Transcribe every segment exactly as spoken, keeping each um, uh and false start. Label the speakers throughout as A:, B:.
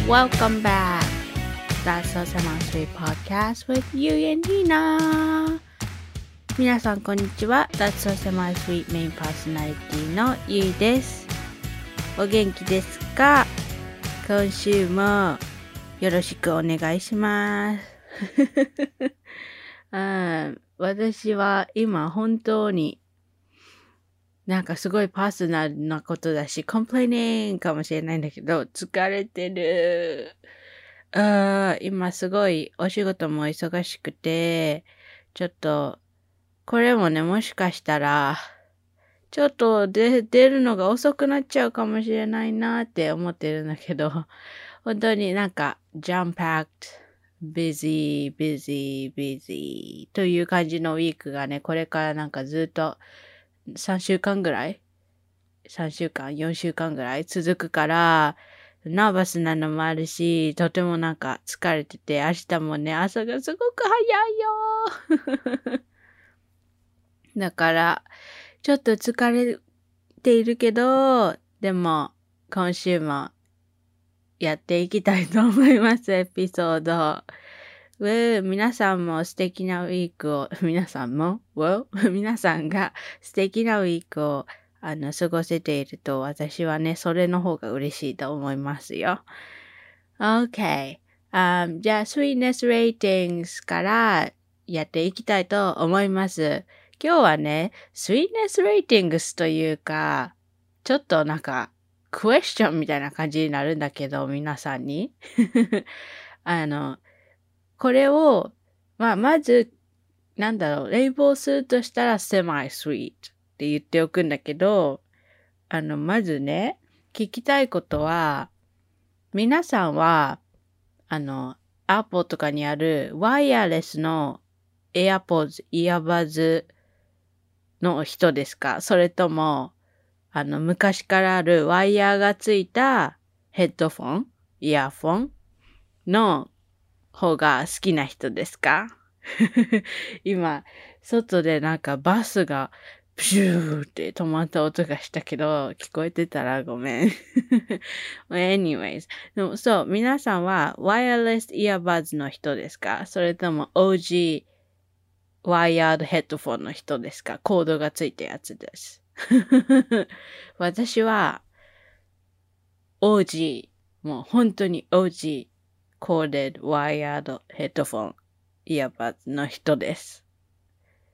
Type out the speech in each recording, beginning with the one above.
A: Welcome back. That's So Semi-Sweet Podcast with you and Hina. 皆さんこんにちは。That's So Semi-Sweet メインパーソナリティのゆいです。お元気ですか？今週もよろしくお願いします。うん、私は今本当になんかすごいパーソナルなことだし、コンプレーニングかもしれないんだけど、疲れてる。あ今すごいお仕事も忙しくて、ちょっと、これもね、もしかしたら、ちょっとで出るのが遅くなっちゃうかもしれないなって思ってるんだけど、本当になんか、jam-packed, busy, busy, busy という感じのウィークがね、これからなんかずっと、さんしゅうかんぐらい ?さん 週間、よんしゅうかんぐらい続くから、ナーバスなのもあるし、とてもなんか疲れてて、明日もね、朝がすごく早いよだから、ちょっと疲れているけど、でも、今週もやっていきたいと思います、エピソード。うー皆さんも素敵なウィークを、皆さんも皆さんが素敵なウィークをあの過ごせていると私はね、それの方が嬉しいと思いますよ。OK、um, じゃあ Sweetness Ratings からやっていきたいと思います。今日はね、Sweetness Ratings というか、ちょっとなんかクエスチョンみたいな感じになるんだけど、皆さんに。あの、これを、まあ、まず、なんだろう、レイボーするとしたら semi-sweet って言っておくんだけど、あの、まずね、聞きたいことは、皆さんは、あの、Apple とかにあるワイヤレスの AirPods、イヤバズの人ですか？それとも、あの、昔からあるワイヤーがついたヘッドフォン、イヤフォンの方が好きな人ですか？今、外でなんかバスがプシューって止まった音がしたけど、聞こえてたらごめん。anyways。でもそう、皆さんはワイヤレスイヤーバズの人ですか？それとも オージー ワイヤードヘッドフォンの人ですか？コードがついたやつです。私は オージー、もう本当に オージー、コーデッドワイヤードヘッドフォン、イヤーバズの人です。Yes 。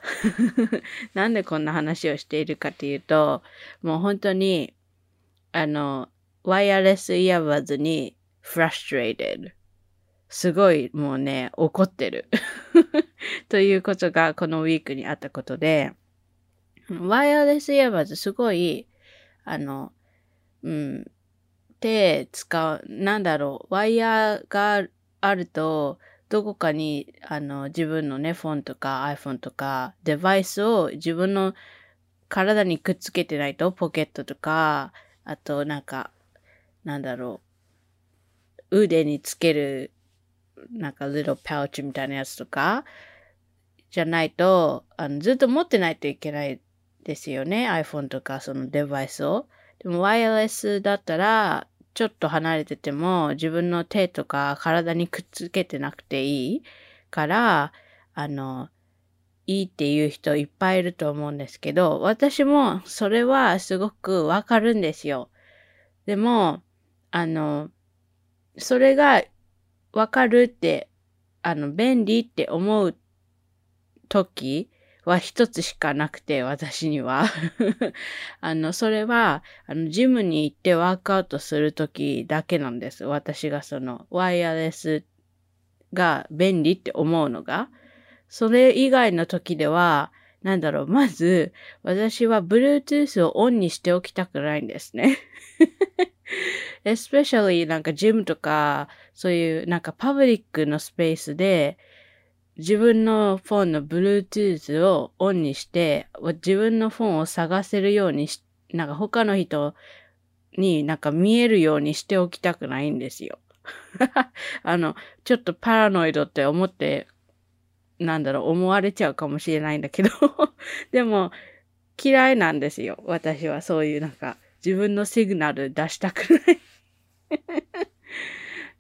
A: なんでこんな話をしているかというと、もう本当に、あの、ワイヤレスイヤーバズに frustrated。すごいもうね、怒ってる。ということがこのウィークにあったことで、ワイヤレスイヤーバズすごい、あの、うん、手使う、なんだろう、ワイヤーがあると、どこかに、あの、自分のね、フォンとか iPhone とか、デバイスを自分の体にくっつけてないと、ポケットとか、あと、なんか、なんだろう、腕につける、なんか、little pouch みたいなやつとか、じゃないと、あの、ずっと持ってないといけないですよね、iPhone とか、そのデバイスを。でも、ワイヤレスだったら、ちょっと離れてても自分の手とか体にくっつけてなくていいから、あの、いいっていう人いっぱいいると思うんですけど、私もそれはすごくわかるんですよ。でも、あの、それがわかるって、あの、便利って思う時は一つしかなくて、私には。あの、それは、あの、ジムに行ってワークアウトするときだけなんです。私がその、ワイヤレスが便利って思うのが。それ以外の時では、なんだろう、まず、私は Bluetooth をオンにしておきたくないんですね。especially なんかジムとか、そういうなんかパブリックのスペースで、自分のフォンの Bluetooth をオンにして、自分のフォンを探せるようにし、なんか他の人になんか見えるようにしておきたくないんですよ。あの、ちょっとパラノイドって思って、なんだろう、思われちゃうかもしれないんだけど、でも嫌いなんですよ。私はそういうなんか自分のシグナル出したくない。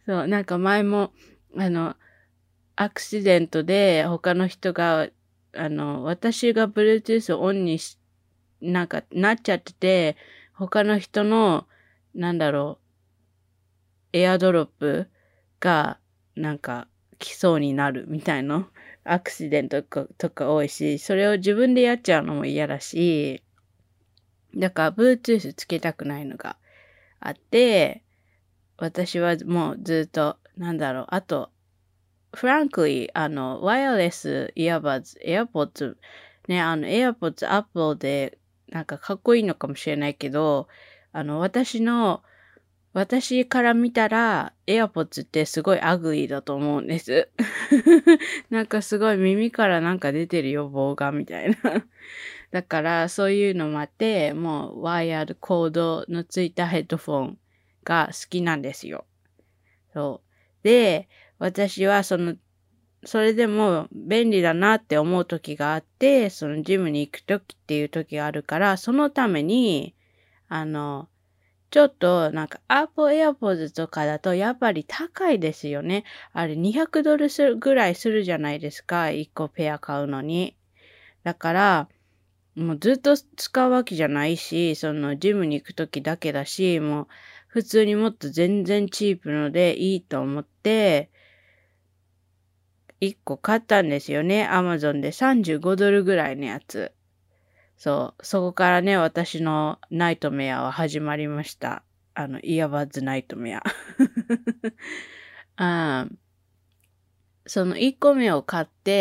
A: そう、なんか前も、あの、アクシデントで他の人が、あの、私が Bluetooth をオンにし、なんかなっちゃってて、他の人の、なんだろう、エアドロップが、なんか来そうになるみたいなアクシデントとか、とか多いし、それを自分でやっちゃうのも嫌だし、だから Bluetooth つけたくないのがあって、私はもうずっと、なんだろう、あと、frankly、あの、ワイヤレスイヤーバーズ、AirPods、ね、あの、AirPods、Apple で、なんかかっこいいのかもしれないけど、あの、私の、私から見たら、AirPods ってすごいアグリーだと思うんです。なんかすごい耳からなんか出てるよ、棒が、みたいな。だから、そういうのもあって、もう、ワイヤードコードのついたヘッドフォンが好きなんですよ。そう。で、私はその、それでも便利だなって思う時があって、そのジムに行く時っていう時があるから、そのために、あの、ちょっとなんか Apple AirPods とかだとやっぱり高いですよね。あれにひゃくドルするぐらいするじゃないですか。いっこペア買うのに。だから、もうずっと使うわけじゃないし、そのジムに行く時だけだし、もう普通にもっと全然チープのでいいと思って、いっこ買ったんですよね。アマゾンでさんじゅうごドルぐらいのやつ。そう。そこからね、私のナイトメアは始まりました。あの、イヤバッズナイトメア。あそのいっこめを買って、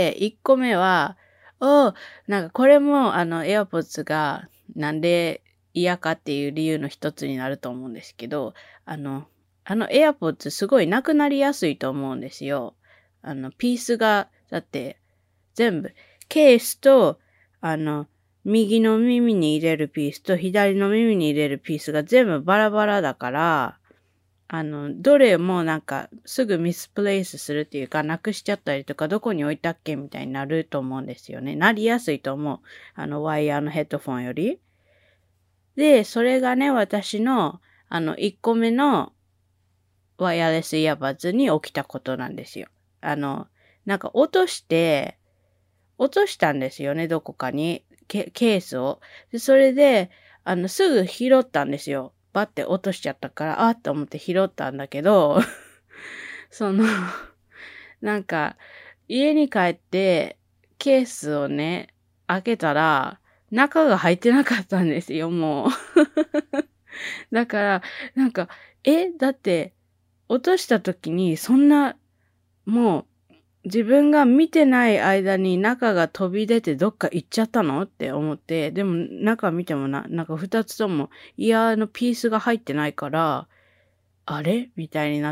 A: いっこめは、おなんかこれもあの AirPods がなんで嫌かっていう理由の一つになると思うんですけど、あの、あの AirPods すごいなくなりやすいと思うんですよ。あの、ピースが、だって全部、ケースと、あの、右の耳に入れるピースと左の耳に入れるピースが全部バラバラだから、あの、どれもなんかすぐミスプレイスするっていうか、なくしちゃったりとか、どこに置いたっけみたいになると思うんですよね。なりやすいと思う。あの、ワイヤーのヘッドフォンより。で、それがね、私の、あの、いっこめのワイヤレスイヤーバッズに起きたことなんですよ。あの、なんか落として、落としたんですよね、どこかに。ケ、ケースを。で、それで、あの、すぐ拾ったんですよ。バッて落としちゃったから、あっと思って拾ったんだけど、その、なんか、家に帰って、ケースをね、開けたら、中が入ってなかったんですよ、もう。だから、なんか、え、だって、落とした時に、そんな、もう、自分が見てない間に中が飛び出てどっか行っちゃったのって思って、でも中見てもな、なんか二つともイヤーのピースが入ってないから、あれみたいになって、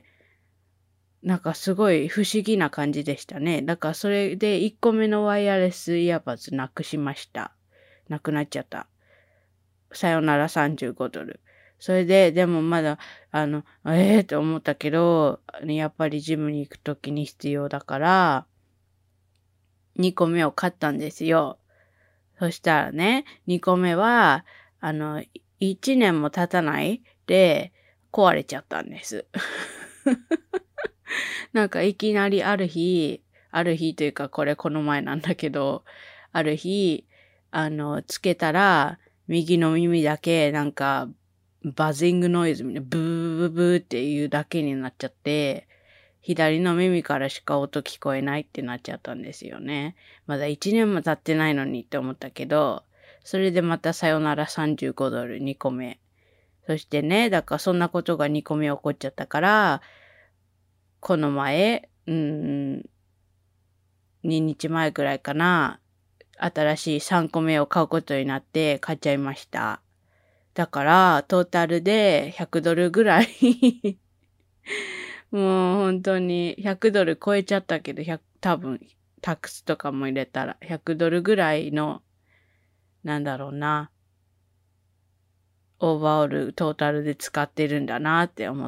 A: なんかすごい不思議な感じでしたね。だからそれでいっこめのワイヤレスイヤーバッズなくしました。なくなっちゃった。さよならさんじゅうごドル。それで、でもまだ、あの、ええー、と思ったけど、やっぱりジムに行くときに必要だから、にこめを買ったんですよ。そしたらね、にこめは、あの、いちねんも経たないで壊れちゃったんです。なんかいきなりある日、ある日というかこれこの前なんだけど、ある日、あの、つけたら、右の耳だけなんかバズィングノイズみたいな、ブーブーブーっていうだけになっちゃって、左の耳からしか音聞こえないってなっちゃったんですよね。まだいちねんも経ってないのにって思ったけど、それでまたさよならさんじゅうごドルにこめ。そしてね、だからそんなことがにこめ起こっちゃったから、この前、うん、ににちまえくらいかな、新しいさんこめを買うことになって買っちゃいました。だから、トータルでひゃくドルぐらいもう本当にひゃくドル超えちゃったけど、多分タックスとかも入れたらひゃくドルぐらいの、なんだろうな、オーバーオールトータルで使ってるんだなって思って、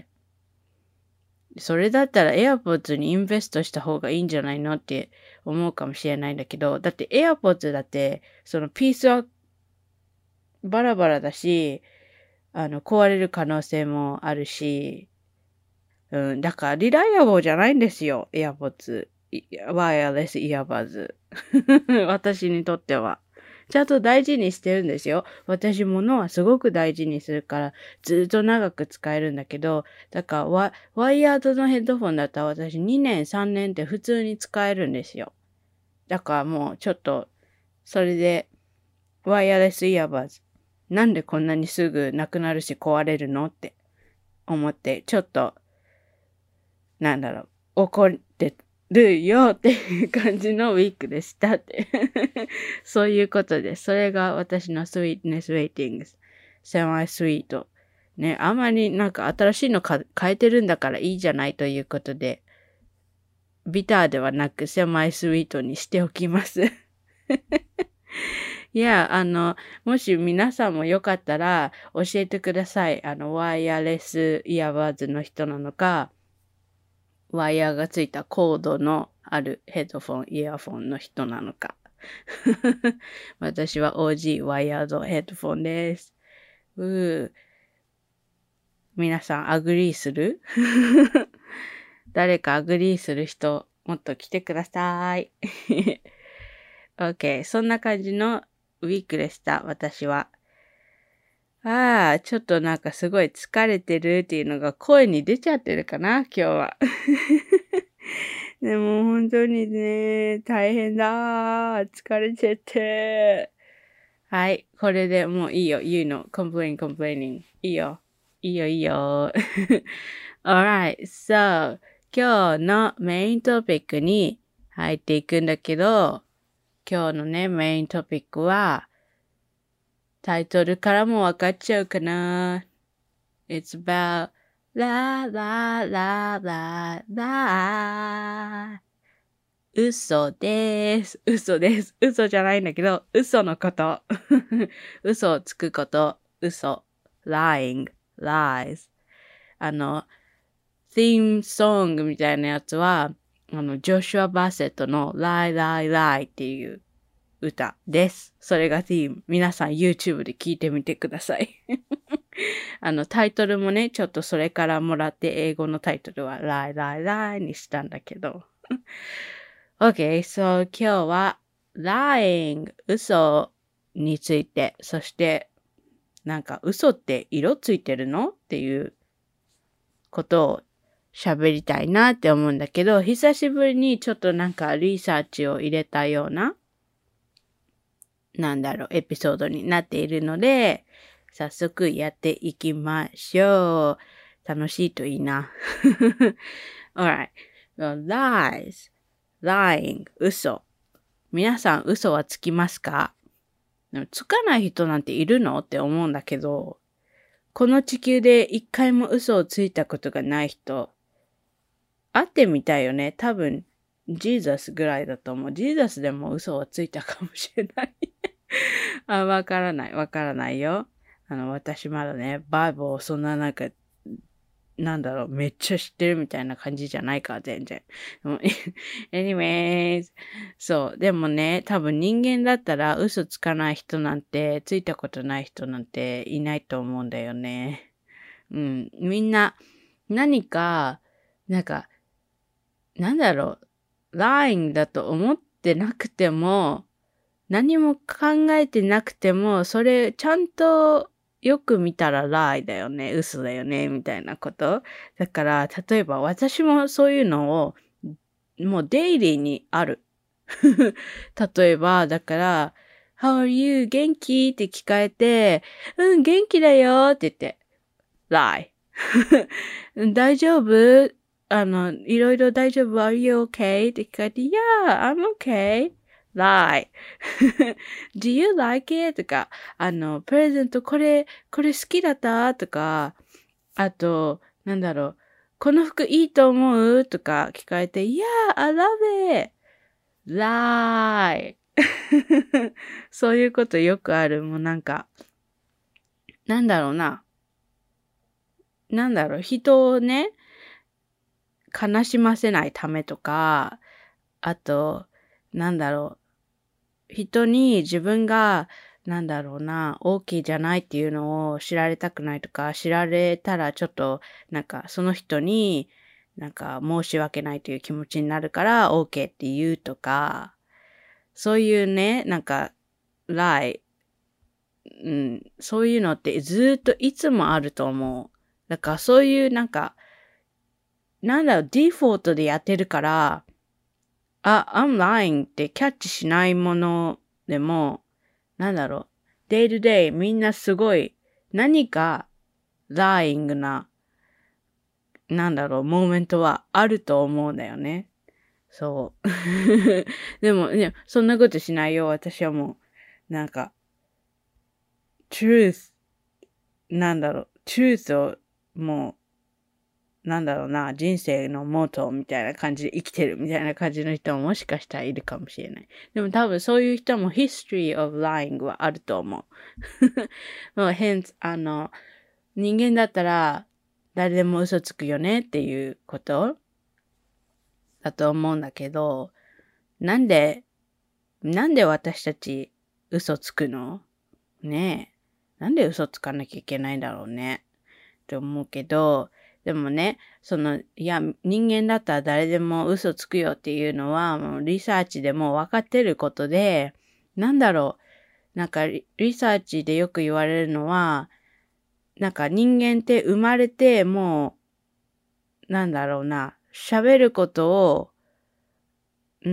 A: それだったら AirPods にインベストした方がいいんじゃないのって思うかもしれないんだけど、だって AirPods だってそのピースはバラバラだし、あの壊れる可能性もあるし、 うん、だからリライアボーじゃないんですよ、エアポッツ。ワイヤレスイヤーバズ。私にとっては。ちゃんと大事にしてるんですよ。私物はすごく大事にするから、ずっと長く使えるんだけど、だからワワイヤードのヘッドフォンだったら私にねんさんねんって普通に使えるんですよ。だからもうちょっと、それで、ワイヤレスイヤーバズ。なんでこんなにすぐなくなるし壊れるのって思って、ちょっと、なんだろう、怒ってるよっていう感じのウィークでしたってそういうことです。それが私のスイートネスウェイティング。セマイスイート。ね、あんまりなんか新しいのか変えてるんだからいいじゃないということで、ビターではなくセマイスイートにしておきます。いや、あの、もし皆さんもよかったら教えてください。あの、ワイヤレスイヤーバーズの人なのか、ワイヤーがついたコードのあるヘッドフォン、イヤフォンの人なのか。私は オージー ワイヤードヘッドフォンです。うー。皆さんアグリーする誰かアグリーする人、もっと来てください。OK。そんな感じのウィークでした、私は。ああ、ちょっとなんかすごい疲れてるっていうのが声に出ちゃってるかな、今日は。でも本当にね、大変だ。疲れちゃって。はい。これでもういいよ。言うの。complain, complaining. いいよ。いいよ、いいよ。alright. So, 今日のメイントピックに入っていくんだけど、今日のね、メイントピックは、タイトルからもわかっちゃうかな。It's about la la la la la 嘘です。嘘です。嘘じゃないんだけど、嘘のこと。嘘をつくこと。嘘。lying, lies. あの、theme song みたいなやつは、あの、ジョシュア・バセットの lie, lie, lie っていう歌です。それが theme。皆さん YouTube で聞いてみてください。あの、タイトルもね、ちょっとそれからもらって英語のタイトルは lie, lie, lie にしたんだけど。Okay, so 今日は lying 嘘について、そしてなんか嘘って色ついてるのっていうことを喋りたいなって思うんだけど、久しぶりにちょっとなんかリサーチを入れたような、なんだろう、エピソードになっているので、早速やっていきましょう。楽しいといいな。Alright. Well, lies. lying, 嘘。皆さん嘘はつきますか？でもつかない人なんているのって思うんだけど、この地球で一回も嘘をついたことがない人、会ってみたいよね。多分、ジーザスぐらいだと思う。ジーザスでも嘘をついたかもしれない。あ、わからない、わからないよ。あの、私まだね、バイブルをそんななんか、なんだろう、めっちゃ知ってるみたいな感じじゃないから、全然。anyways。そう。でもね、多分人間だったら嘘つかない人なんて、ついたことない人なんていないと思うんだよね。うん。みんな、何か、なんか、なんだろう、lying だと思ってなくても、何も考えてなくても、それ、ちゃんと、よく見たらライだよね、嘘だよね、みたいなこと。だから、例えば私もそういうのを、もうデイリーにある。例えば、だから、How are you? 元気って聞かれて、うん、元気だよって言って、lie. 大丈夫あの、いろいろ大丈夫 ?Are you okay? って聞かれて、Yeah, I'm okay.lie. Do you like it? とか、あの、プレゼントこれ、これ好きだったとか、あと、なんだろう、この服いいと思うとか聞かれて、Yeah, I love it. lie. そういうことよくある。もうなんか、なんだろうな。なんだろう、人をね、悲しませないためとか、あと、なんだろう、人に自分が、なんだろうな、OK じゃないっていうのを知られたくないとか、知られたらちょっと、なんかその人になんか申し訳ないという気持ちになるから OK って言うとか、そういうね、なんか、lie、うん、そういうのってずっといつもあると思う。だからそういうなんか、なんだろう、ディフォルトでやってるから、あ、I'm lying ってキャッチしないものでも、なんだろう、デイ to デイみんなすごい何か lying な、なんだろう、モーメントはあると思うんだよね。そう。でも、ね、そんなことしないよ。私はもう、なんか、truth、なんだろう、truth をもう、なんだろうな、人生のモートみたいな感じで生きてるみたいな感じの人ももしかしたらいるかもしれない。でも多分そういう人も history of lying はあると思う。もう変、あの、人間だったら誰でも嘘つくよねっていうことだと思うんだけど、なんで、なんで私たち嘘つくのねえ。なんで嘘つかなきゃいけないんだろうね。って思うけど、でもね、その、いや、人間だったら誰でも嘘つくよっていうのは、もうリサーチでも分かってることで、なんだろう。なんかリ、リサーチでよく言われるのは、なんか人間って生まれてもう、なんだろうな、喋ることを、うん、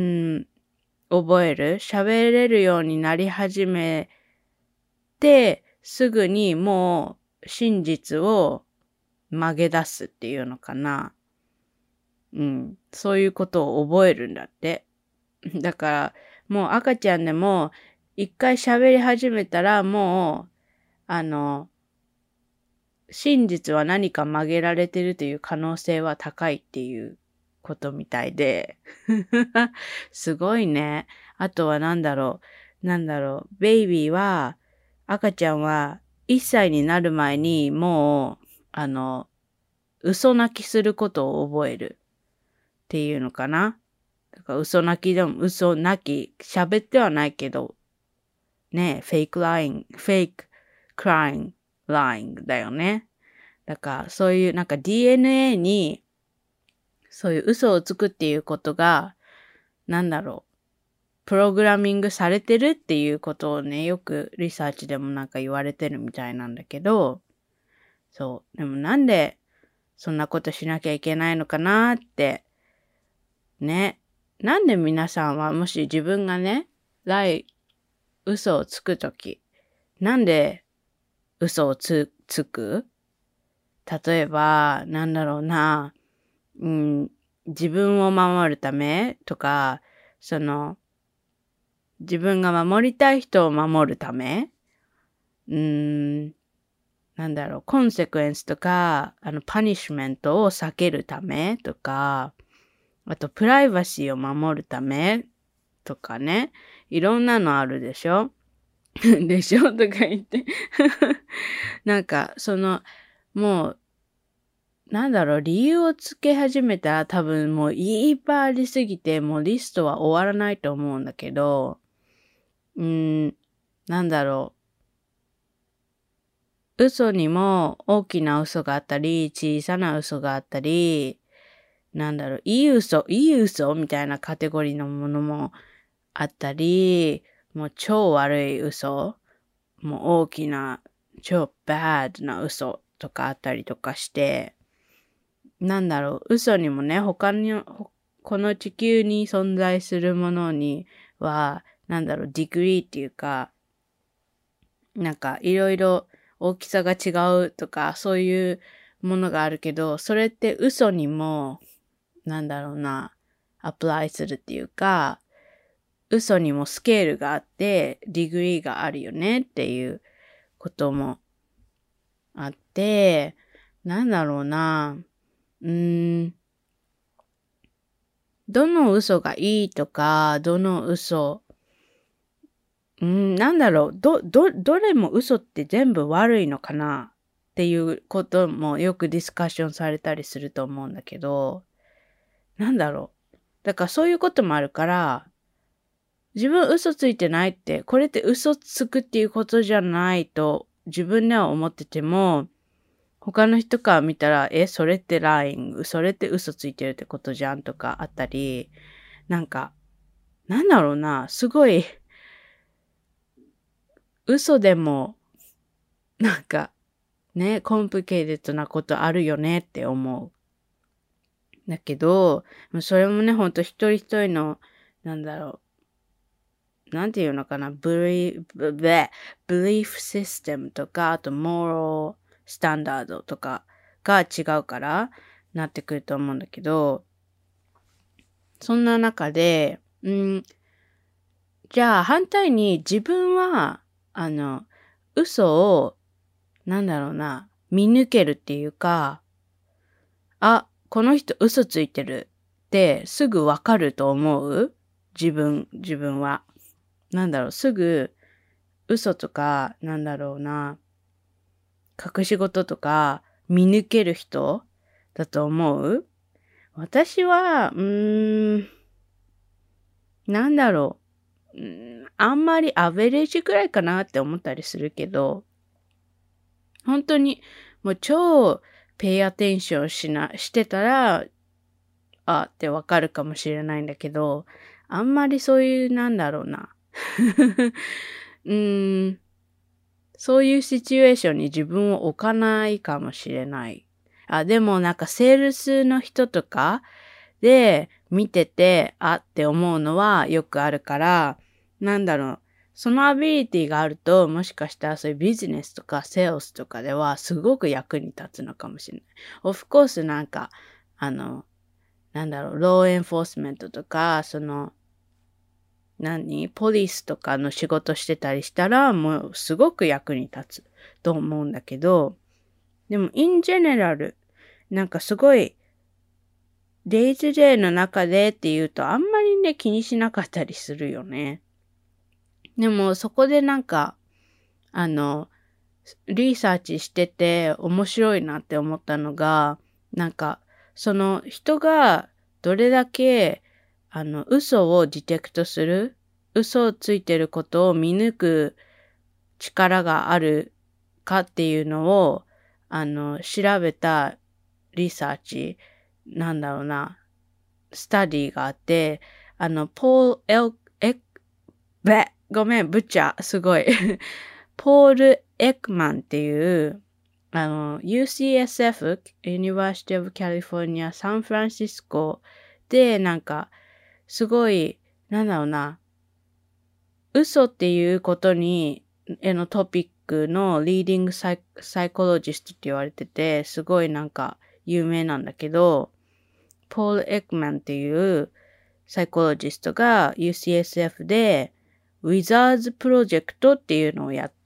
A: 覚える、喋れるようになり始めて、すぐにもう真実を曲げ出すっていうのかな。うん。そういうことを覚えるんだって。だから、もう赤ちゃんでも、一回喋り始めたら、もう、あの、真実は何か曲げられてるという可能性は高いっていうことみたいで。すごいね。あとは何だろう。なんだろう。ベイビーは、赤ちゃんはいっさいになる前にもう、あの、嘘泣きすることを覚えるっていうのかな。だから嘘泣きでも嘘泣き、喋ってはないけど、ね、フェイクライン、フェイククラインラインだよね。だからそういうなんか ディーエヌエー にそういう嘘をつくっていうことが、なんだろう、プログラミングされてるっていうことをね、よくリサーチでもなんか言われてるみたいなんだけど、そう。でもなんでそんなことしなきゃいけないのかなって、ね。なんで皆さんはもし自分がね、来、嘘をつくとき、なんで嘘をつ、つく例えば、なんだろうな、うん、自分を守るためとか、その、自分が守りたい人を守るため、うーん、なんだろう、コンセクエンスとか、あの、パニッシュメントを避けるためとか、あと、プライバシーを守るためとかね、いろんなのあるでしょでしょとか言ってなんか、その、もう、なんだろう、理由をつけ始めたら多分もういっぱいありすぎて、もうリストは終わらないと思うんだけど、うーん、なんだろう。嘘にも大きな嘘があったり、小さな嘘があったり、なんだろう、いい嘘、いい嘘みたいなカテゴリーのものもあったり、もう超悪い嘘、もう大きな、超 bad な嘘とかあったりとかして、なんだろう、嘘にもね、他に、この地球に存在するものには、なんだろう、ディグリーっていうか、なんかいろいろ大きさが違うとか、そういうものがあるけど、それって嘘にも、なんだろうな、アプライするっていうか、嘘にもスケールがあって、ディグリーがあるよねっていうこともあって、なんだろうな、うーん、どの嘘がいいとか、どの嘘、うん、なんだろう、ど、ど、どれも嘘って全部悪いのかなっていうこともよくディスカッションされたりすると思うんだけど、なんだろう。だからそういうこともあるから、自分嘘ついてないって、これって嘘つくっていうことじゃないと自分では思ってても、 他の人から見たら、え、それってライン、それって嘘ついてるってことじゃんとかあったり、なんか、なんだろうな、すごい、嘘でも、なんか、ね、コンプケイテッドなことあるよねって思う。だけど、それもね、ほんと一人一人の、なんだろう、なんていうのかな、ブリ、ブレ、ブリーフシステムとか、あと、モーラルスタンダードとかが違うから、なってくると思うんだけど、そんな中で、うん、じゃあ反対に自分は、あの、嘘を、なんだろうな、見抜けるっていうか、あ、この人嘘ついてるってすぐわかると思う？自分、自分は。なんだろう、すぐ嘘とか、なんだろうな、隠し事とか見抜ける人だと思う？私は、うーん、なんだろう、うーん、あんまりアベレージくらいかなって思ったりするけど、本当にもう超ペイアテンションしな、してたら、あってわかるかもしれないんだけど、あんまりそういう、なんだろうな。うーん、そういうシチュエーションに自分を置かないかもしれない。あ、でもなんかセールスの人とかで見てて、あって思うのはよくあるから、なんだろう。そのアビリティがあると、もしかしたらそういうビジネスとかセールスとかではすごく役に立つのかもしれない。オフコースなんか、あの、なんだろう、ローエンフォースメントとか、その、何ポリスとかの仕事してたりしたら、もうすごく役に立つと思うんだけど、でも、in general、なんかすごい、デイトゥデイの中でっていうと、あんまりね、気にしなかったりするよね。でも、そこでなんか、あの、リサーチしてて面白いなって思ったのが、なんか、その人がどれだけ、あの、嘘をディテクトする、嘘をついてることを見抜く力があるかっていうのを、あの、調べたリサーチ、なんだろうな、スタディがあって、あの、ポール・エル、エべ、ごめん、ブッチャー、すごい。ポール・エクマンっていう、あの、ユーシーエスエフ、University of California サンフランシスコで、なんか、すごい、なんだろうな、嘘っていうことに、へのトピックのリーディングサイ、サイコロジストって言われてて、すごいなんか有名なんだけど、ポール・エクマンっていうサイコロジストが ユーシーエスエフ で、ウィザーズプロジェクトっていうのをやって、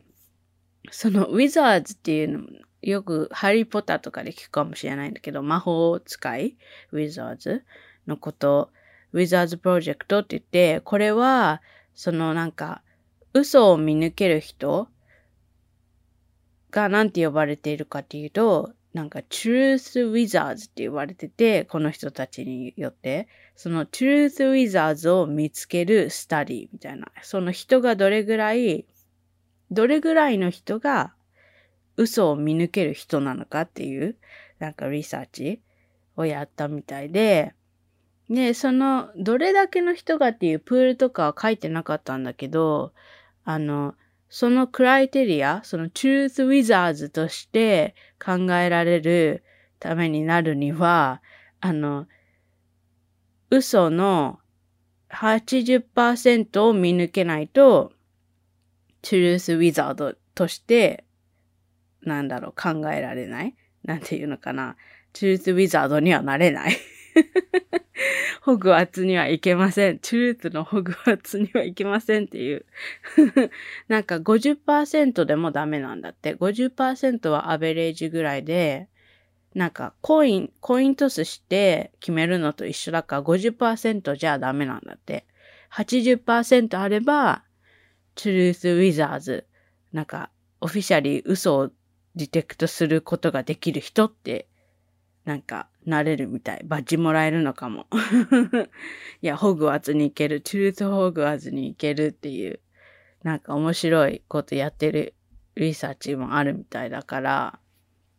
A: そのウィザーズっていうの、よくハリーポッターとかで聞くかもしれないんだけど、魔法使い、ウィザーズのこと、ウィザーズプロジェクトって言って、これは、そのなんか、嘘を見抜ける人がなんて呼ばれているかっていうと、なんか Truth Wizards って言われてて、この人たちによって、その Truth Wizards を見つけるスタディみたいな。その人がどれぐらい、どれぐらいの人が嘘を見抜ける人なのかっていう、なんかリサーチをやったみたいで、で、その、どれだけの人がっていうプールとかは書いてなかったんだけど、あの、そのクライテリア、その Truth Wizards として考えられるためになるには、あの、嘘の はちじゅっパーセント を見抜けないと、Truth Wizard として、なんだろう、考えられない？なんていうのかな。Truth Wizard にはなれない。ホグワーツには行けません。トゥルーツのホグワーツには行けませんっていう。なんか ごじゅっパーセント でもダメなんだって。ごじゅっパーセント はアベレージぐらいで、なんかコイン、コイントスして決めるのと一緒だから ごじゅっパーセント じゃダメなんだって。はちじゅっパーセント あれば、トゥルースウィザーズ、なんかオフィシャリー嘘をディテクトすることができる人ってなんか、なれるみたい。バッジもらえるのかも。いや、ホグワーツに行ける。トゥルースホグワーツに行けるっていう、なんか面白いことやってるリサーチもあるみたいだから、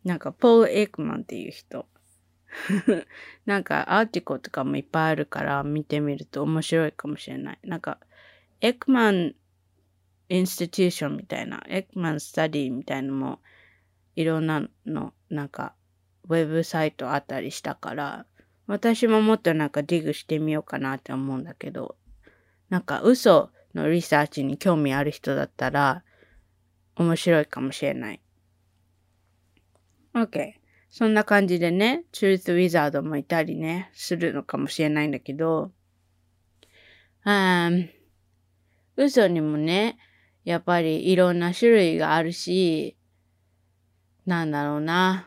A: なんか、ポール・エクマンっていう人。なんか、アーティコとかもいっぱいあるから見てみると面白いかもしれない。なんか、エクマン・インスティテューションみたいな、エクマン・スタディみたいなのも、いろんなの、なんか、ウェブサイトあったりしたから、私ももっとなんかディグしてみようかなって思うんだけど、なんか嘘のリサーチに興味ある人だったら、面白いかもしれない。OK。そんな感じでね、Truth Wizard もいたりね、するのかもしれないんだけど、あー嘘にもね、やっぱりいろんな種類があるし、なんだろうな。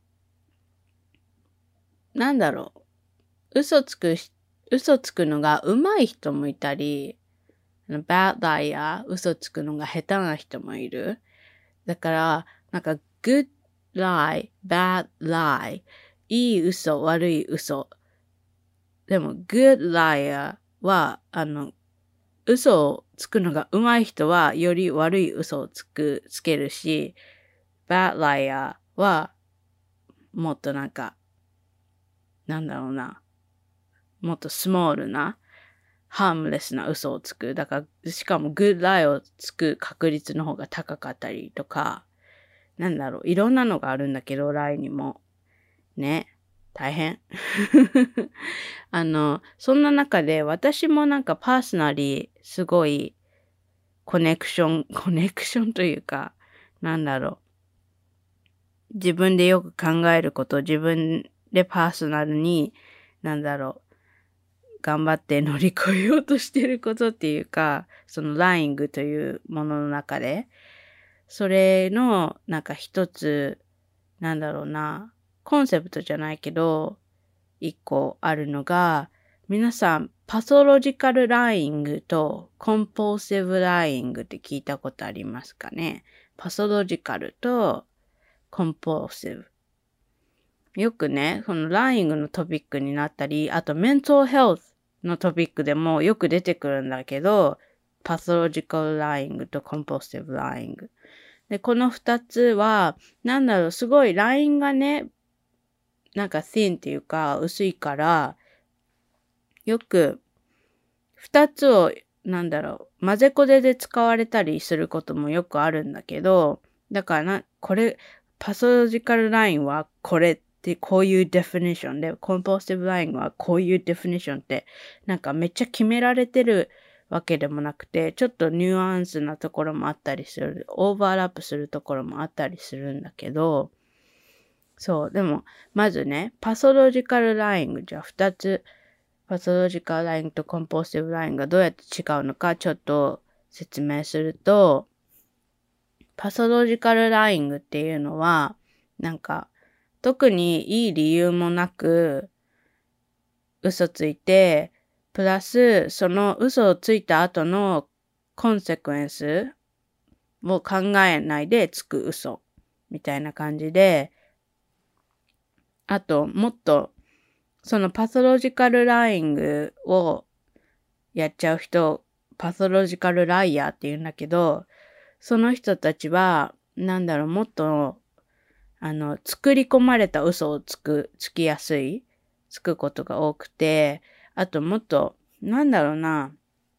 A: なんだろう。嘘つく、嘘つくのが上手い人もいたり、bad liar、嘘つくのが下手な人もいる。だから、なんか good lie, bad lie、いい嘘、悪い嘘。でも good liar は、あの、嘘をつくのが上手い人はより悪い嘘をつく、つけるし、bad liar はもっとなんか、なんだろうな。もっとスモールな、ハームレスな嘘をつく。だから、しかもグッドライをつく確率の方が高かったりとか、なんだろう、いろんなのがあるんだけど、ライにも。ね。大変。あの、そんな中で私もなんかパーソナリーすごいコネクション、コネクションというか、なんだろう。自分でよく考えること、自分でパーソナルに、なんだろう。頑張って乗り越えようとしてることっていうか、そのライングというものの中で、それのなんか一つ、なんだろうな、コンセプトじゃないけど、一個あるのが、皆さん、パソロジカルライングとコンポーシブライングって聞いたことありますかね。パソロジカルとコンポーシブ。よくね、このライングのトピックになったり、あとメンタルヘルスのトピックでもよく出てくるんだけど、パソロジカルライングとコンポーシブライング。で、この二つは、なんだろう、すごいラインがね、なんか thin っていうか薄いから、よく二つを、なんだろう、混ぜこぜで使われたりすることもよくあるんだけど、だからな、これ、パソロジカルラインはこれってこういうデフィニッションで、コンポーシブラインはこういうデフィニッションって、なんかめっちゃ決められてるわけでもなくて、ちょっとニュアンスなところもあったりする、オーバーラップするところもあったりするんだけど、そう、でも、まずね、パソロジカルラインじゃあ二つ、パソロジカルラインとコンポーシブラインがどうやって違うのかちょっと説明すると、パソロジカルラインっていうのは、なんか、特にいい理由もなく、嘘ついて、プラス、その嘘をついた後のコンセクエンスを考えないでつく嘘みたいな感じで、あと、もっと、そのパソロジカルライングをやっちゃう人、パソロジカルライヤーって言うんだけど、その人たちは、なんだろう、もっと、あの、作り込まれた嘘をつく、つきやすい、つくことが多くて、あともっと、なんだろうな、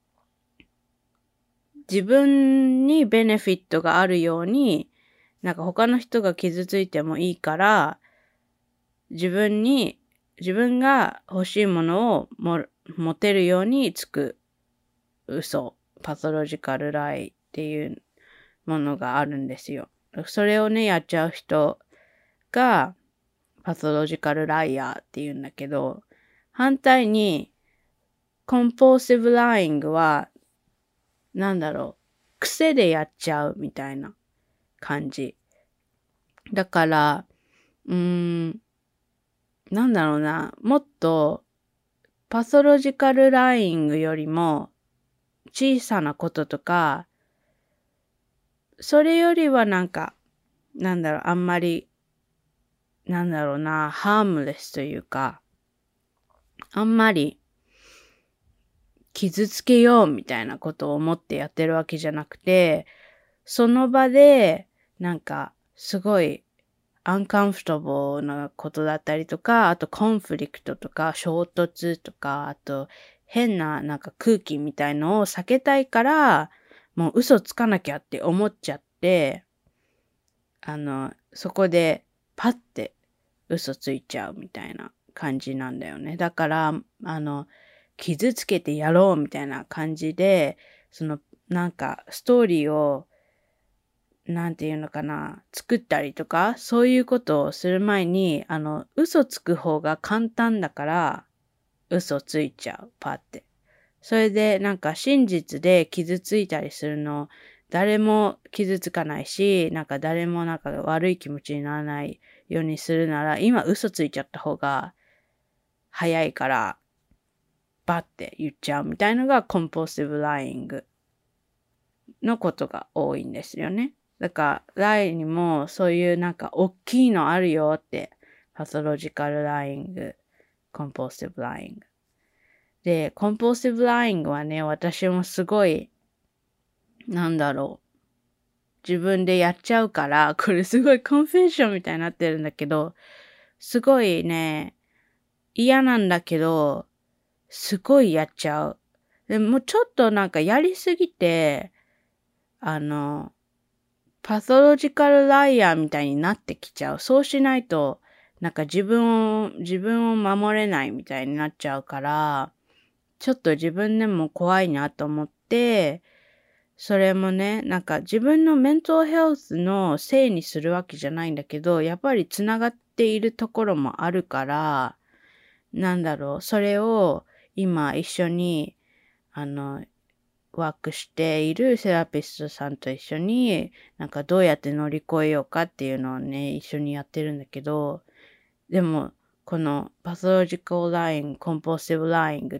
A: 自分にベネフィットがあるように、なんか他の人が傷ついてもいいから、自分に、自分が欲しいものをも持てるようにつく嘘、パソロジカルライっていうものがあるんですよ。それをね、やっちゃう人がパソロジカルライヤーって言うんだけど、反対にコンポーシブライングは、なんだろう、癖でやっちゃうみたいな感じ。だから、うーん、なんだろうな、もっとパソロジカルライングよりも小さなこととか、それよりはなんか、なんだろう、あんまり、なんだろうな、ハームレスというか、あんまり傷つけようみたいなことを思ってやってるわけじゃなくて、その場で、なんか、すごいアンカンフォータブルなことだったりとか、あとコンフリクトとか衝突とか、あと変ななんか空気みたいのを避けたいから、もう嘘つかなきゃって思っちゃって、あの、そこでパッて嘘ついちゃうみたいな感じなんだよね。だから、あの、傷つけてやろうみたいな感じで、その、なんか、ストーリーを、なんていうのかな、作ったりとか、そういうことをする前に、あの、嘘つく方が簡単だから、嘘ついちゃう、パって。それで、なんか、真実で傷ついたりするの、誰も傷つかないし、なんか誰もなんか悪い気持ちにならないようにするなら、今嘘ついちゃった方が早いから、バッて言っちゃうみたいのがコンポーシブライングのことが多いんですよね。だから、ライにもそういうなんか大きいのあるよって、パソロジカルライング、コンポーシブライング。で、コンポーシブライングはね、私もすごい、なんだろう。自分でやっちゃうから、これすごいコンフェッションみたいになってるんだけど、すごいね、嫌なんだけど、すごいやっちゃう。でもちょっとなんかやりすぎて、あの、パソロジカルライアーみたいになってきちゃう。そうしないと、なんか自分を、自分を守れないみたいになっちゃうから、ちょっと自分でも怖いなと思って、それもね、なんか自分のメンタルヘルスのせいにするわけじゃないんだけど、やっぱりつながっているところもあるから、なんだろう、それを今一緒に、あの、ワークしているセラピストさんと一緒に、なんかどうやって乗り越えようかっていうのをね、一緒にやってるんだけど、でも、このパソロジカルライン、コンポーシブライングって、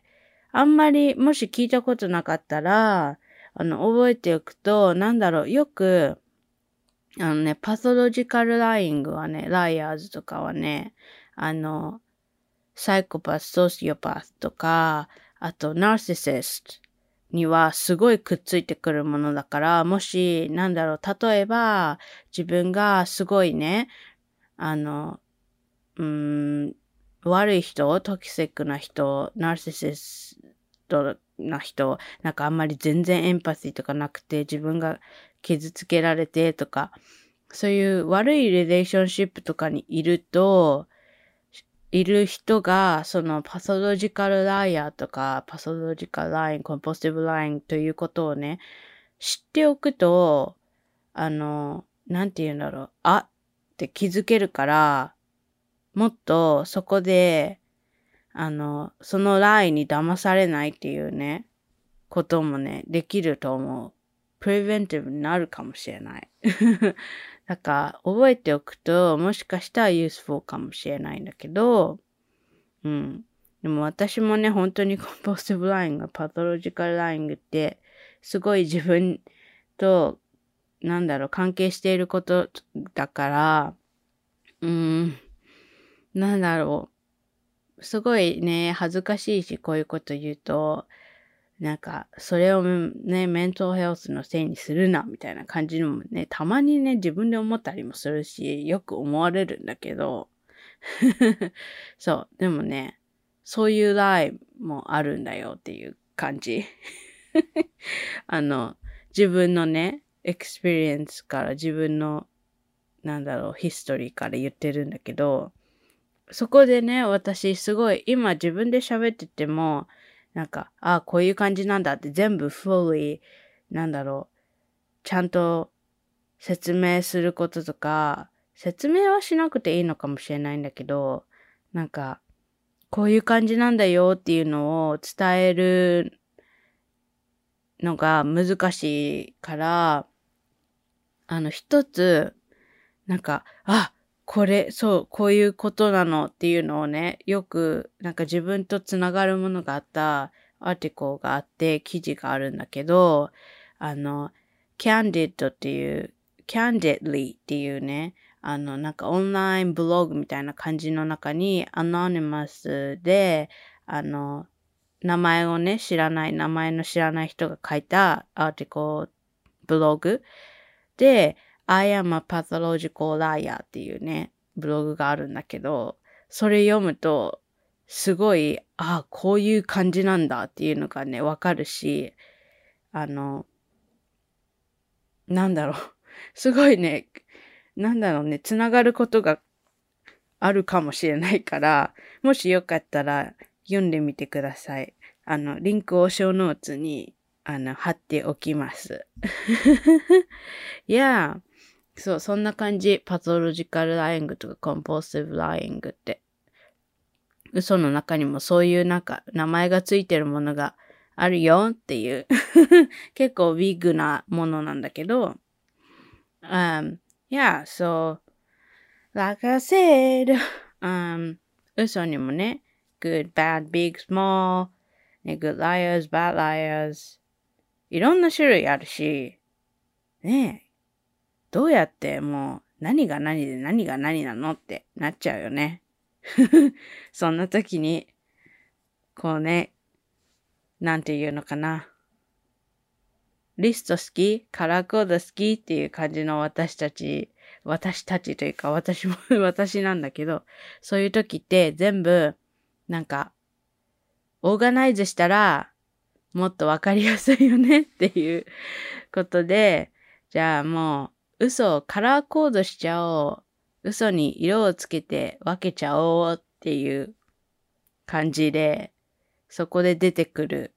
A: あんまりもし聞いたことなかったら、あの、覚えておくと、なんだろう、よく、あのね、パソロジカルライングはね、ライアーズとかはね、あの、サイコパス、ソーシオパスとか、あと、ナーシシストにはすごいくっついてくるものだから、もし、なんだろう、例えば、自分がすごいね、あの、うーん、悪い人、トキシックな人、ナーシシストな人、なんかあんまり全然エンパシーとかなくて、自分が傷つけられてとか、そういう悪いリレーションシップとかにいると、いる人が、そのパソロジカルライアーとか、パソロジカルライン、コンポスティブラインということをね、知っておくと、あの、なんて言うんだろう、あって気づけるから、もっとそこで、あの、そのラインに騙されないっていうね、こともね、できると思う。プレベンティブになるかもしれない。だから、覚えておくと、もしかしたらユースフォーかもしれないんだけど、うん。でも私もね、本当にコンポスティブラインがパトロジカルライングって、すごい自分と、なんだろう、関係していることだから、うーん、なんだろう。すごいね、恥ずかしいし、こういうこと言うと、なんか、それをね、メンタルヘルスのせいにするな、みたいな感じのもね、たまにね、自分で思ったりもするし、よく思われるんだけど、そう、でもね、そういうライもあるんだよっていう感じ。あの、自分のね、エクスペリエンスから自分の、なんだろう、ヒストリーから言ってるんだけど、そこでね、私すごい、今自分で喋ってても、なんか、ああ、こういう感じなんだって全部 fully、なんだろう、ちゃんと説明することとか、説明はしなくていいのかもしれないんだけど、なんか、こういう感じなんだよっていうのを伝えるのが難しいから、あの、一つ、なんか、あ、これ、そう、こういうことなのっていうのをね、よく、なんか自分とつながるものがあったアーティコがあって、記事があるんだけど、あの、Candid っていう、Candidly っていうね、あの、なんかオンラインブログみたいな感じの中に、アノニマスで、あの、名前をね、知らない、名前の知らない人が書いたアーティコ、ブログで、 I am a pathological liar っていうね、ブログがあるんだけど、それ読むと、すごい、あ、こういう感じなんだっていうのがね、わかるし、あの、なんだろう。すごいね、なんだろうね、つながることがあるかもしれないから、もしよかったら読んでみてください。あの、リンクをショーノーツに、あの、貼っておきます。いや、そう、そんな感じ。パトロジカルライングとかコンポーシブライングって。嘘の中にもそういうなんか名前がついてるものがあるよっていう結構ビッグなものなんだけど、um, yeah, so, like I said, um, 嘘にもね、good, bad, big, small, ね、good liars, bad liars, いろんな種類あるし、ねえ、どうやってもう何が何で何が何なのってなっちゃうよね。そんな時に、こうね、なんていうのかな。リスト好き、カラーコード好きっていう感じの私たち、私たちというか私も私なんだけど、そういう時って全部、なんか、オーガナイズしたら、もっとわかりやすいよねっていうことで、じゃあもう、嘘をカラーコードしちゃおう。嘘に色をつけて分けちゃおうっていう感じで、そこで出てくる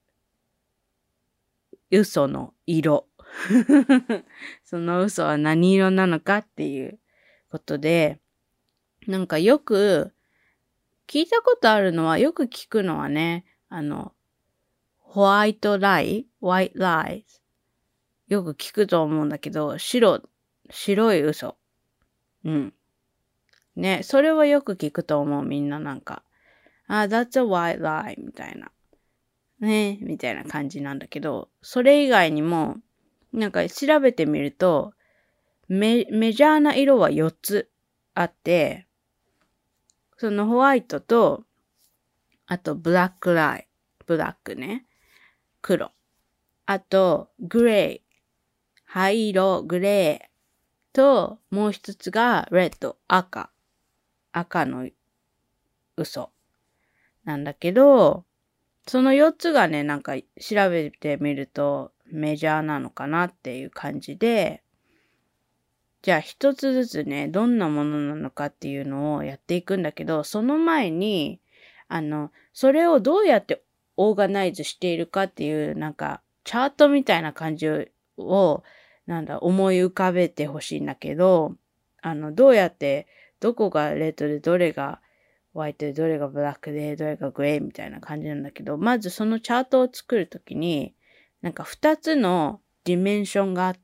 A: 嘘の色。その嘘は何色なのかっていうことで、なんかよく聞いたことあるのは、よく聞くのはね、あの、ホワイトライ、white lies。よく聞くと思うんだけど、白、白い嘘。うん。ね、それはよく聞くと思う、みんななんか。あ、that's a white lie みたいな。ね、みたいな感じなんだけど、それ以外にも、なんか調べてみると、メ、メジャーな色はよっつあって、そのホワイトと、あとブラックライ、ブラックね、黒。あと、グレー、灰色、グレーと、もう一つがレッド、赤。赤の嘘なんだけど、そのよっつがね、なんか調べてみるとメジャーなのかなっていう感じで、じゃあ一つずつね、どんなものなのかっていうのをやっていくんだけど、その前に、あの、それをどうやってオーガナイズしているかっていう、なんか、チャートみたいな感じを、なんだ、思い浮かべてほしいんだけど、あの、どうやって、どこがレッドで、どれがホワイトで、どれがブラックで、どれがグレーみたいな感じなんだけど、まずそのチャートを作るときに、なんか二つのディメンションがあって、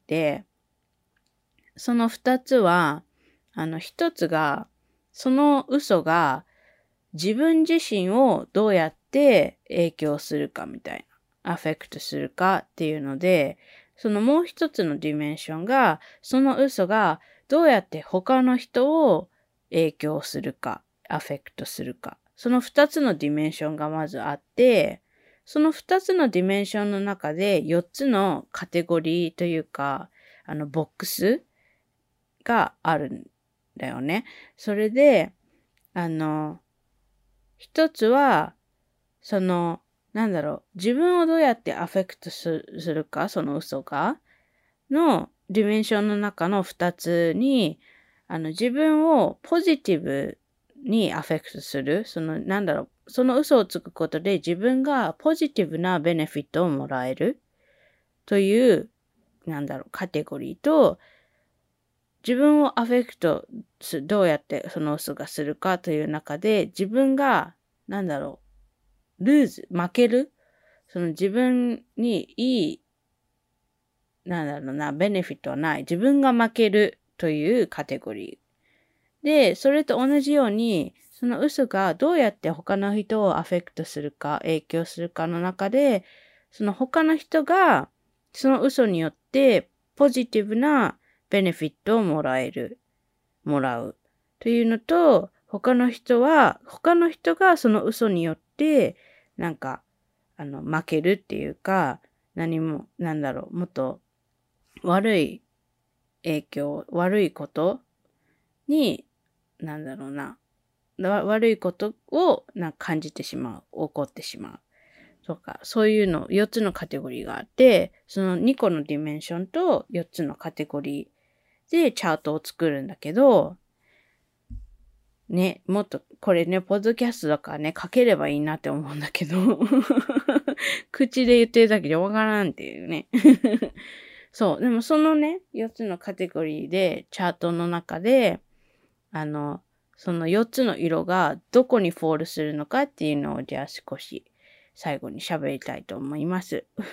A: その二つは、あの、一つが、その嘘が自分自身をどうやって影響するかみたいな、アフェクトするかっていうので、そのもう一つのディメンションが、その嘘がどうやって他の人を影響するか、アフェクトするか。その二つのディメンションがまずあって、その二つのディメンションの中で四つのカテゴリーというか、あの、ボックスがあるんだよね。それで、あの、一つは、その、なんだろう、自分をどうやってアフェクトするか、その嘘が、のディメンションの中の二つに、あの、自分をポジティブにアフェクトする、その、なんだろう、その嘘をつくことで自分がポジティブなベネフィットをもらえるという、なんだろう、カテゴリーと、自分をアフェクトす、どうやってその嘘がするかという中で、自分が、なんだろう、ルーズ、負ける、その自分にいい、なんだろうな、ベネフィットはない。自分が負けるというカテゴリー。で、それと同じように、その嘘がどうやって他の人をアフェクトするか、影響するかの中で、その他の人が、その嘘によってポジティブなベネフィットをもらえる、もらう。というのと、他の人は、他の人がその嘘によって、なんか、あの、負けるっていうか、何も、なんだろう、もっと悪い影響、悪いことに、なんだろうな、悪いことをなんか感じてしまう、起こってしまう。とか、そういうのよっつのカテゴリーがあって、そのにこのディメンションとよっつのカテゴリーでチャートを作るんだけど、ね、もっと、これね、ポッドキャストだからね、書ければいいなって思うんだけど、口で言ってるだけでわからんっていうね。そう。でもそのね、よっつのカテゴリーで、チャートの中で、あの、そのよっつの色がどこにフォールするのかっていうのを、じゃあ少し最後に喋りたいと思います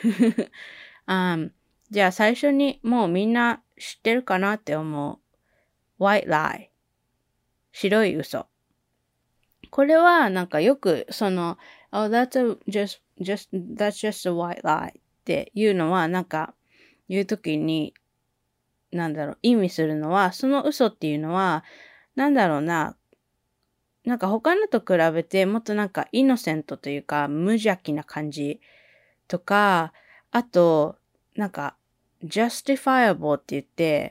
A: 。um, じゃあ最初にもうみんな知ってるかなって思う。white lie。白い嘘。これはなんかよくその、oh, that's a just, just, that's just a white lie っていうのはなんか言うときに、なんだろう、意味するのは、その嘘っていうのは、なんだろうな、なんか他のと比べてもっとなんかイノセントというか無邪気な感じとか、あと、なんか justifiable って言って、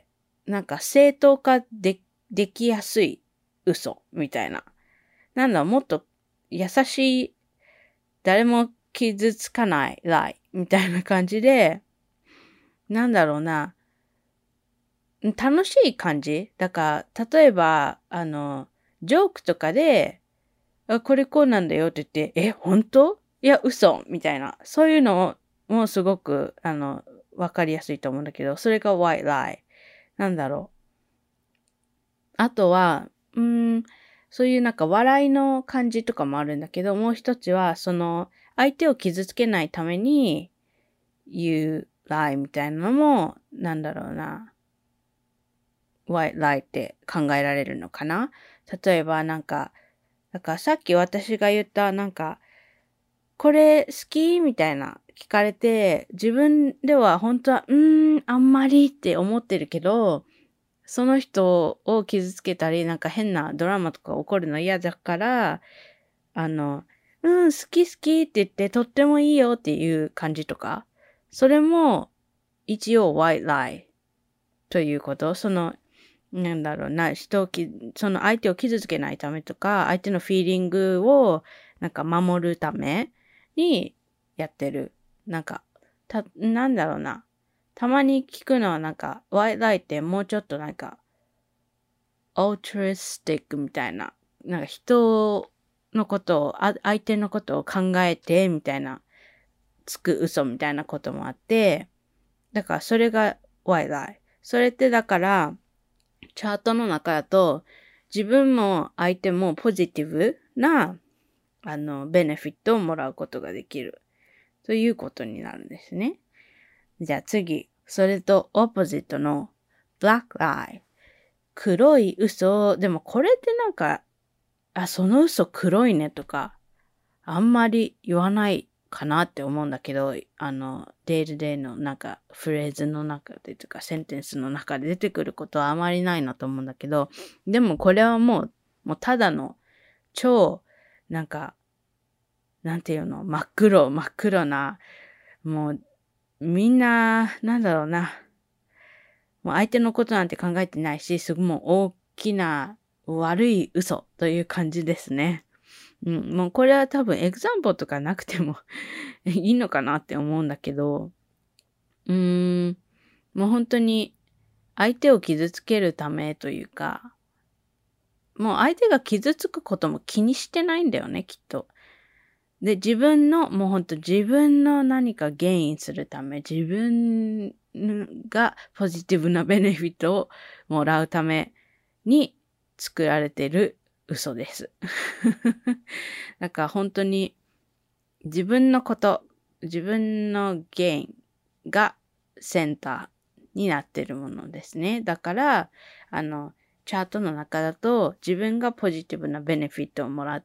A: なんか正当化で、できやすい嘘みたいな。なんだろう、もっと優しい、誰も傷つかない lie みたいな感じで、なんだろうな、楽しい感じだから、例えば、あの、ジョークとかで、あ、これこうなんだよって言って、え、本当？いや、嘘みたいな。そういうのもすごく、あの、わかりやすいと思うんだけど、それが white lie。なんだろう。あとは、うーん、そういうなんか笑いの感じとかもあるんだけど、もう一つは、その、相手を傷つけないために言う lie みたいなのも、なんだろうな。white lie って考えられるのかな？例えばなんか、だからさっき私が言ったなんか、これ好きみたいな聞かれて、自分では本当は、うーん、あんまりって思ってるけど、その人を傷つけたり、なんか変なドラマとか起こるの嫌だから、あの、うん、好き好きって言って、とってもいいよっていう感じとか、それも一応 white lie ということ、その、なんだろうな、人をき、その相手を傷つけないためとか、相手のフィーリングをなんか守るためにやってる。なんか、た、なんだろうな。たまに聞くのはなんか、white lie ってもうちょっとなんか、altruistic みたいな、なんか人のことを、あ相手のことを考えて、みたいな、つく嘘みたいなこともあって、だからそれが white lie。それってだから、チャートの中だと、自分も相手もポジティブな、あの、ベネフィットをもらうことができる。ということになるんですね。じゃあ次、それとオポジットの black lie。黒い嘘。でもこれってなんか、あ、その嘘黒いねとか、あんまり言わないかなって思うんだけど、あの、デイルデイのなんかフレーズの中でとかセンテンスの中で出てくることはあまりないなと思うんだけど、でもこれはもう、もうただの超、なんか、なんていうの、真っ黒、真っ黒な、もう、みんな、なんだろうな、もう相手のことなんて考えてないし、すごいもう大きな悪い嘘という感じですね。うん、もうこれは多分エグザンポとかなくてもいいのかなって思うんだけど、うーん、もう本当に相手を傷つけるためというか、もう相手が傷つくことも気にしてないんだよね、きっと。で、自分の、もう本当自分の何かゲインするため、自分がポジティブなベネフィットをもらうために作られてる嘘です。だから本当に自分のこと、自分のゲインがセンターになってるものですね。だから、あの、チャートの中だと自分がポジティブなベネフィットをもらって、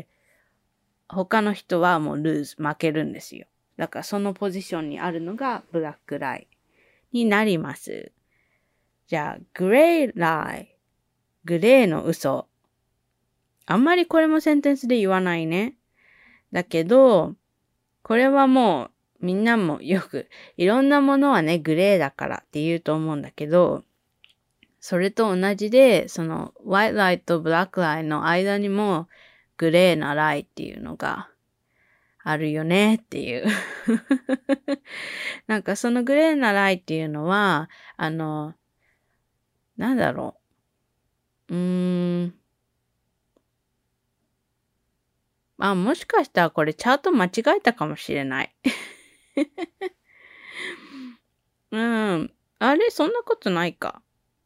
A: 他の人はもうルーズ、負けるんですよ。だからそのポジションにあるのがブラックライになります。じゃあ、グレーライ。グレーの嘘。あんまりこれもセンテンスで言わないね。だけど、これはもうみんなもよく、いろんなものはね、グレーだからって言うと思うんだけど、 それと同じで、その white light と black light の間にもグレーなライっていうのがあるよねっていう。なんかそのグレーなライっていうのは、あの、なんだろう。うーん。あ、もしかしたらこれチャート間違えたかもしれない。うん。あれそんなことないか。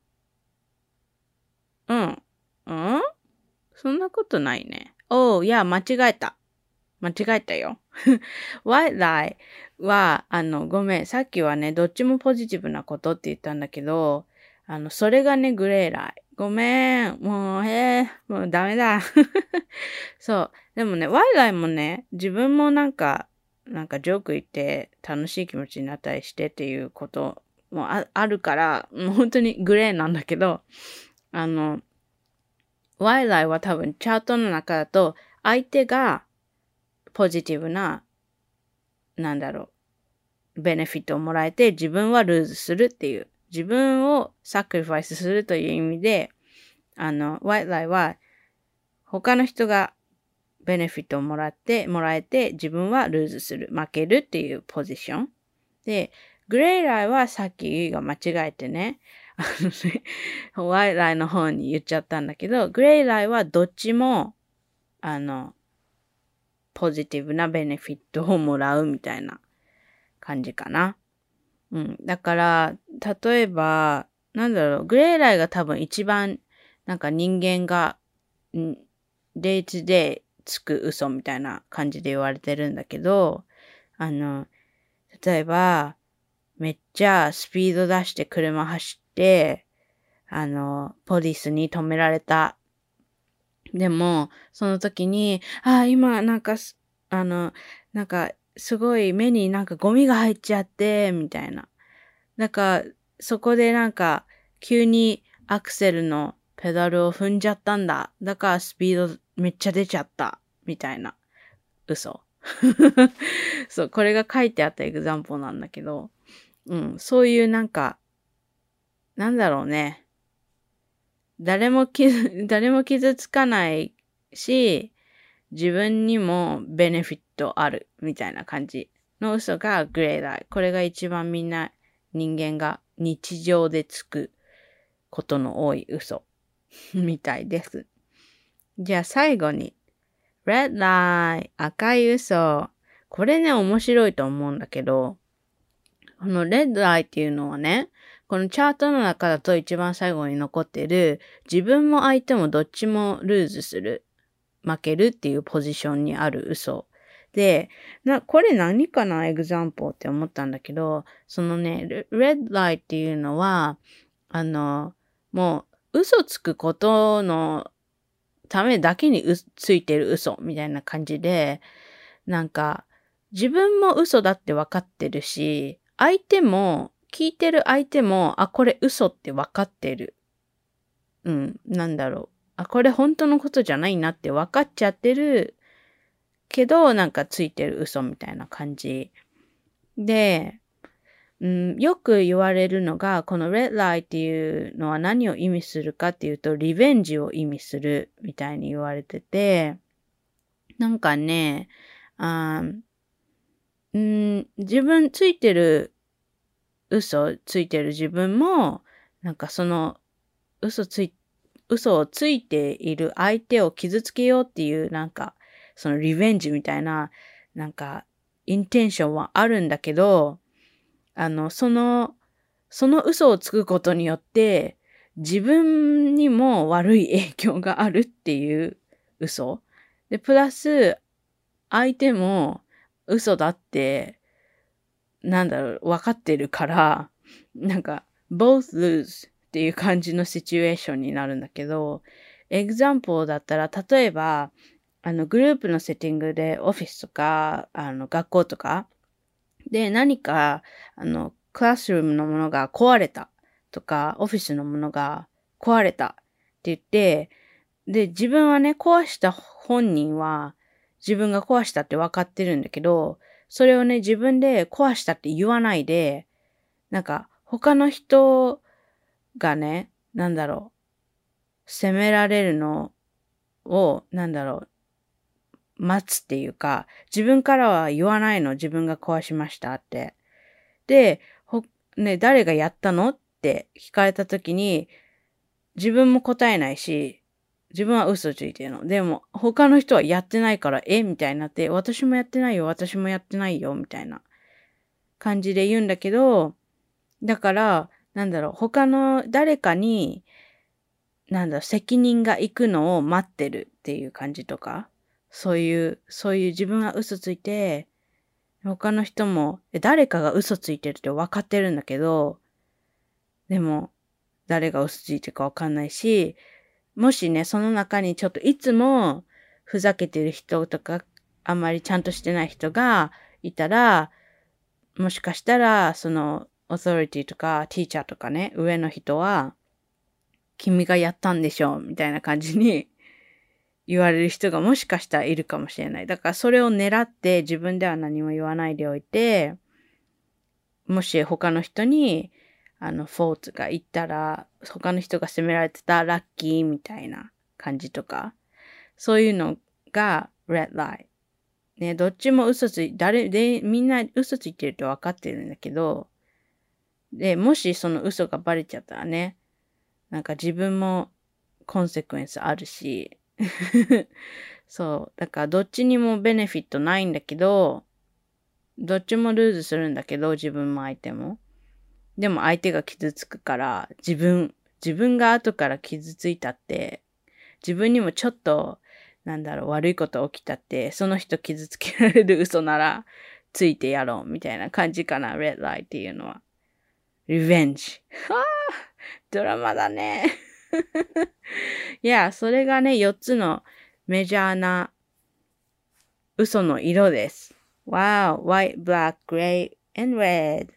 A: うん。うんそんなことないね。おう、いや、間違えた。間違えたよ。white lie は、あの、ごめん。さっきはね、どっちもポジティブなことって言ったんだけど、あの、それがね、グレーライ。ごめん。もう、へえ、もうダメだ。そう。でもね、white lie もね、自分もなんか、なんかジョーク言って楽しい気持ちになったりしてっていうことも あ, あるから、もう本当にグレーなんだけど、あの、white lie は多分チャートの中だと、相手がポジティブな、なんだろう、ベネフィットをもらえて自分はルーズするっていう、自分をサクリファイスするという意味で、あの、white lie は他の人がベネフィットをもらって、もらえて自分はルーズする、負けるっていうポジション。で、グレーライはさっきが間違えてね、あのね、ホワイトライの方に言っちゃったんだけど、グレーライはどっちも、あの、ポジティブなベネフィットをもらうみたいな感じかな。うん。だから、例えば、なんだろう、グレーライが多分一番、なんか人間が、んデイツでつく嘘みたいな感じで言われてるんだけど、あの、例えば、めっちゃスピード出して車走って、あの、ポリスに止められた。でも、その時に、ああ、今、なんか、あの、なんか、すごい目になんかゴミが入っちゃって、みたいな。なんか、そこでなんか、急にアクセルのペダルを踏んじゃったんだ。だからスピードめっちゃ出ちゃった。みたいな。嘘。そう、これが書いてあったエグザンポなんだけど、うん、そういうなんか、なんだろうね。誰も傷、誰も傷つかないし、自分にもベネフィットあるみたいな感じの嘘がグレーライ。これが一番みんな人間が日常でつくことの多い嘘みたいです。じゃあ最後に、red lie 赤い嘘。これね面白いと思うんだけど、この red lie っていうのはね、このチャートの中だと一番最後に残ってる自分も相手もどっちもルーズする、負けるっていうポジションにある嘘。で、な、これ何かなエグザンポーって思ったんだけど、そのね、red lie っていうのは、あの、もう嘘つくことのためだけについてる嘘みたいな感じで、なんか自分も嘘だって分かってるし、相手も、聞いてる相手も、あ、これ嘘って分かってる。うん、なんだろう。あ、これ本当のことじゃないなって分かっちゃってるけど、なんかついてる嘘みたいな感じ。で、うん、よく言われるのが、この red lie っていうのは何を意味するかっていうと、リベンジを意味するみたいに言われてて、なんかね、あうん、自分ついてる嘘ついてる自分も、なんかその嘘つい、嘘をついている相手を傷つけようっていうなんか、そのリベンジみたいな、なんか、インテンションはあるんだけど、あの、その、その嘘をつくことによって、自分にも悪い影響があるっていう嘘。で、プラス、相手も嘘だって、なんだろう、分かってるから、なんか、both lose っていう感じのシチュエーションになるんだけど、エグザンポーだったら、例えば、あの、グループのセッティングでオフィスとか、あの、学校とか、で、何か、あの、クラスルームのものが壊れたとか、オフィスのものが壊れたって言って、で、自分はね、壊した本人は、自分が壊したって分かってるんだけど、それをね、自分で壊したって言わないで、なんか、他の人がね、 なんだろう、責められるのを、なんだろう、待つっていうか、自分からは言わないの、自分が壊しましたって。で、ほ、ね、誰がやったのって聞かれたときに、自分も答えないし、自分は嘘ついてるの。でも、他の人はやってないから、えみたいになって、私もやってないよ、私もやってないよ、みたいな感じで言うんだけど、だから、なんだろう、他の誰かに、なんだろう、責任が行くのを待ってるっていう感じとか、そういう、そういう自分は嘘ついて、他の人も、え誰かが嘘ついてるって分かってるんだけど、でも、誰が嘘ついてるか分かんないし、もしね、その中にちょっといつもふざけてる人とか、あんまりちゃんとしてない人がいたら、もしかしたら、その、オーソリティとか、ティーチャーとかね、上の人は、君がやったんでしょみたいな感じに言われる人がもしかしたらいるかもしれない。だからそれを狙って自分では何も言わないでおいて、もし他の人に、あの、フォートが言ったら、他の人が責められてたラッキーみたいな感じとか、そういうのが red lie。ね、どっちも嘘つい、誰、で、みんな嘘ついてるって分かってるんだけど、で、もしその嘘がバレちゃったらね、なんか自分もコンセクエンスあるし、そう。だからどっちにもベネフィットないんだけど、どっちもルーズするんだけど、自分も相手も。でも相手が傷つくから、自分、自分が後から傷ついたって、自分にもちょっと、なんだろう、悪いこと起きたって、その人傷つけられる嘘なら、ついてやろう、みたいな感じかな、レッドライっていうのは。リベンジ。はぁ、ドラマだね。いや、それがね、よっつのメジャーな嘘の色です。Wow, white, black, gray, and red.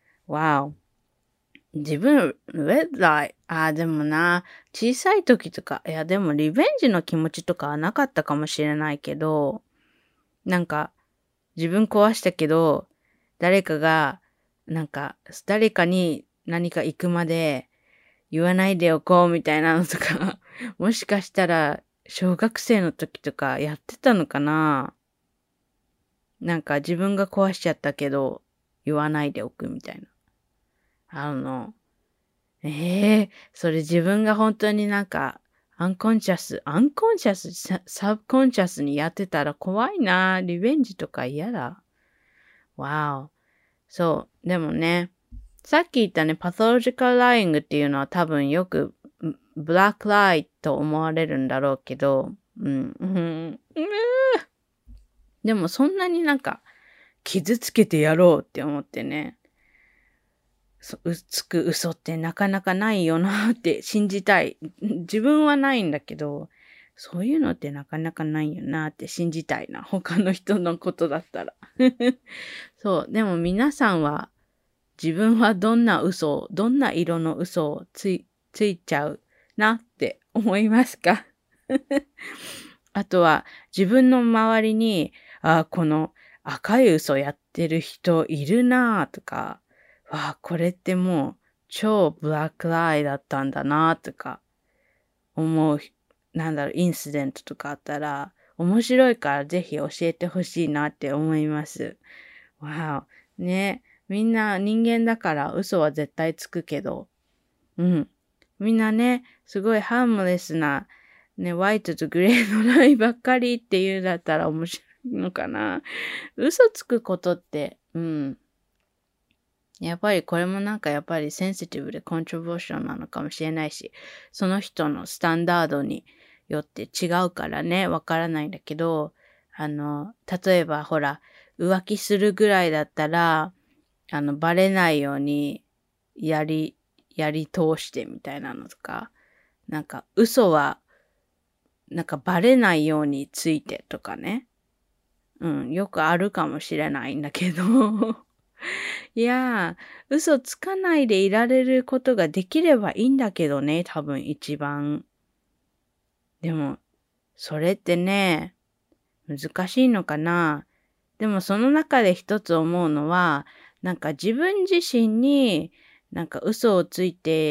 A: Wow. 自分、red light. ああ、でもな、小さい時とか、いや、でもリベンジの気持ちとかはなかったかもしれないけど、なんか、自分壊したけど、誰かが、なんか、誰かに何か行くまで言わないでおこうみたいなのとか、もしかしたら、小学生の時とかやってたのかな？なんか自分が壊しちゃったけど、言わないでおくみたいな。あの、ええー、それ自分が本当になんか、アンコンシャス、アンコンシャス、ササブコンシャスにやってたら怖いな。リベンジとか嫌だ。わお。そう。でもね、さっき言ったね、パソロジカルライングっていうのは多分よく、ブラックライと思われるんだろうけど、うん、うん、でもそんなになんか、傷つけてやろうって思ってね、うつく嘘ってなかなかないよなって信じたい。自分はないんだけど、そういうのってなかなかないよなって信じたいな。他の人のことだったら。そう。でも皆さんは自分はどんな嘘を、どんな色の嘘をつい、ついちゃうなって思いますか？あとは自分の周りに、ああ、この赤い嘘やってる人いるなとか、わあ、これってもう超ブラックライだったんだなとか思う、なんだろう、インシデントとかあったら、面白いからぜひ教えてほしいなって思います。わあ、ね、みんな人間だから嘘は絶対つくけど、うん。みんなね、すごいハームレスな、ね、ホワイトとグレーのラインばっかりっていうだったら面白いのかな。嘘つくことって、うん。やっぱりこれもなんかやっぱりセンシティブでコントロバーシャルなのかもしれないし、その人のスタンダードによって違うからね、わからないんだけど、あの、例えばほら、浮気するぐらいだったら、あの、バレないようにやり、やり通してみたいなのとか、なんか嘘は、なんかバレないようについてとかね。うん、よくあるかもしれないんだけど。いやー、嘘つかないでいられることができればいいんだけどね、多分一番。でも、それってね、難しいのかな。でもその中で一つ思うのは、なんか自分自身になんか嘘をついて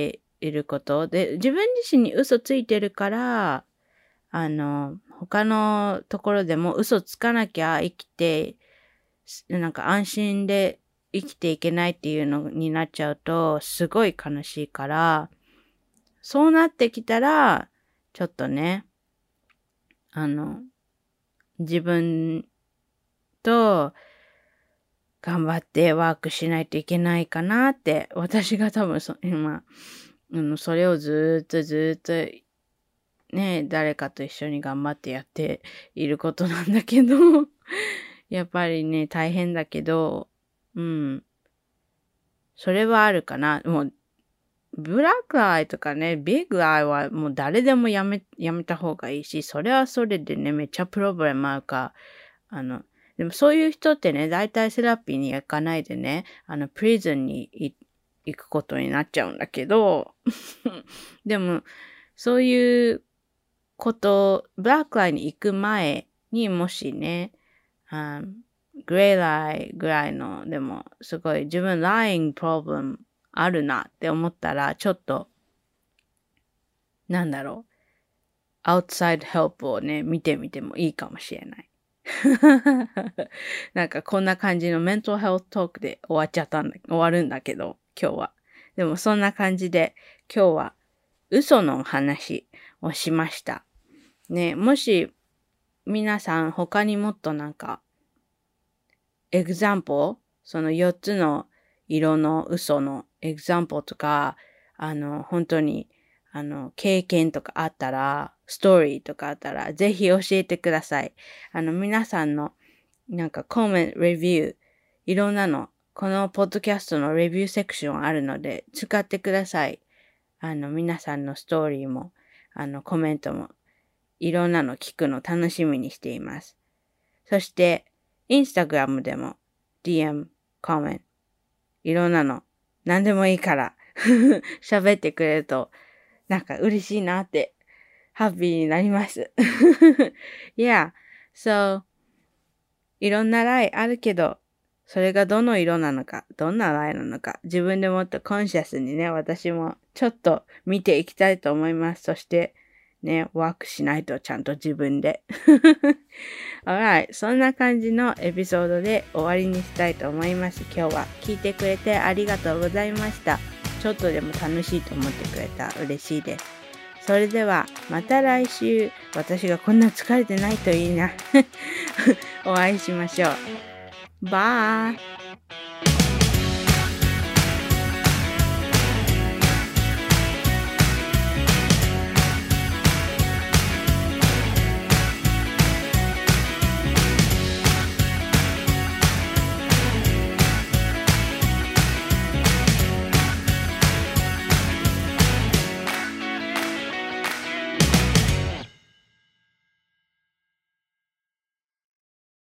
A: いることで、自分自身に嘘ついてるから、あの、他のところでも嘘つかなきゃ生きて、なんか安心で生きていけないっていうのになっちゃうと、すごい悲しいから、そうなってきたら、ちょっとね、あの、自分と頑張ってワークしないといけないかなって、私が多分そ、今、あの、それをずーっとずーっとね、誰かと一緒に頑張ってやっていることなんだけど、やっぱりね、大変だけど、うん。それはあるかな。もう、ブラックアイとかね、ビッグアイはもう誰でもやめ、やめた方がいいし、それはそれでね、めっちゃプロブレムあるか、あの、でもそういう人ってね、大体セラピーに行かないでね、あの、プリズンに行くことになっちゃうんだけど、でも、そういうこと、ブラックアイに行く前にもしね、あグレーライぐらいの、でも、すごい自分、lying problem あるなって思ったら、ちょっと、なんだろう、outside help をね、見てみてもいいかもしれない。なんかこんな感じのメンタルヘルストークで終わっちゃったんだ、終わるんだけど、今日は。でもそんな感じで、今日は嘘の話をしました。ね、もし、皆さん他にもっとなんか、エグザンポそのよっつの色の嘘のエグザンポとか、あの、本当に、あの、経験とかあったら、ストーリーとかあったら、ぜひ教えてください。あの、皆さんの、なんかコメント、レビュー、いろんなの、このポッドキャストのレビューセクションあるので、使ってください。あの、皆さんのストーリーも、あの、コメントも、いろんなの聞くの楽しみにしています。そして、インスタグラムでも ディーエム、コメント、いろんなの、何でもいいから喋ってくれると、なんか嬉しいなって、ハッピーになります。yeah, so, いろんなライあるけど、それがどの色なのか、どんなライなのか、自分でもっとコンシャスにね、私もちょっと見ていきたいと思います。そして、ね、ワークしないとちゃんと自分で。Alright, そんな感じのエピソードで終わりにしたいと思います。今日は聞いてくれてありがとうございました。ちょっとでも楽しいと思ってくれたら嬉しいです。それではまた来週、私がこんな疲れてないといいな。お会いしましょう。バイ。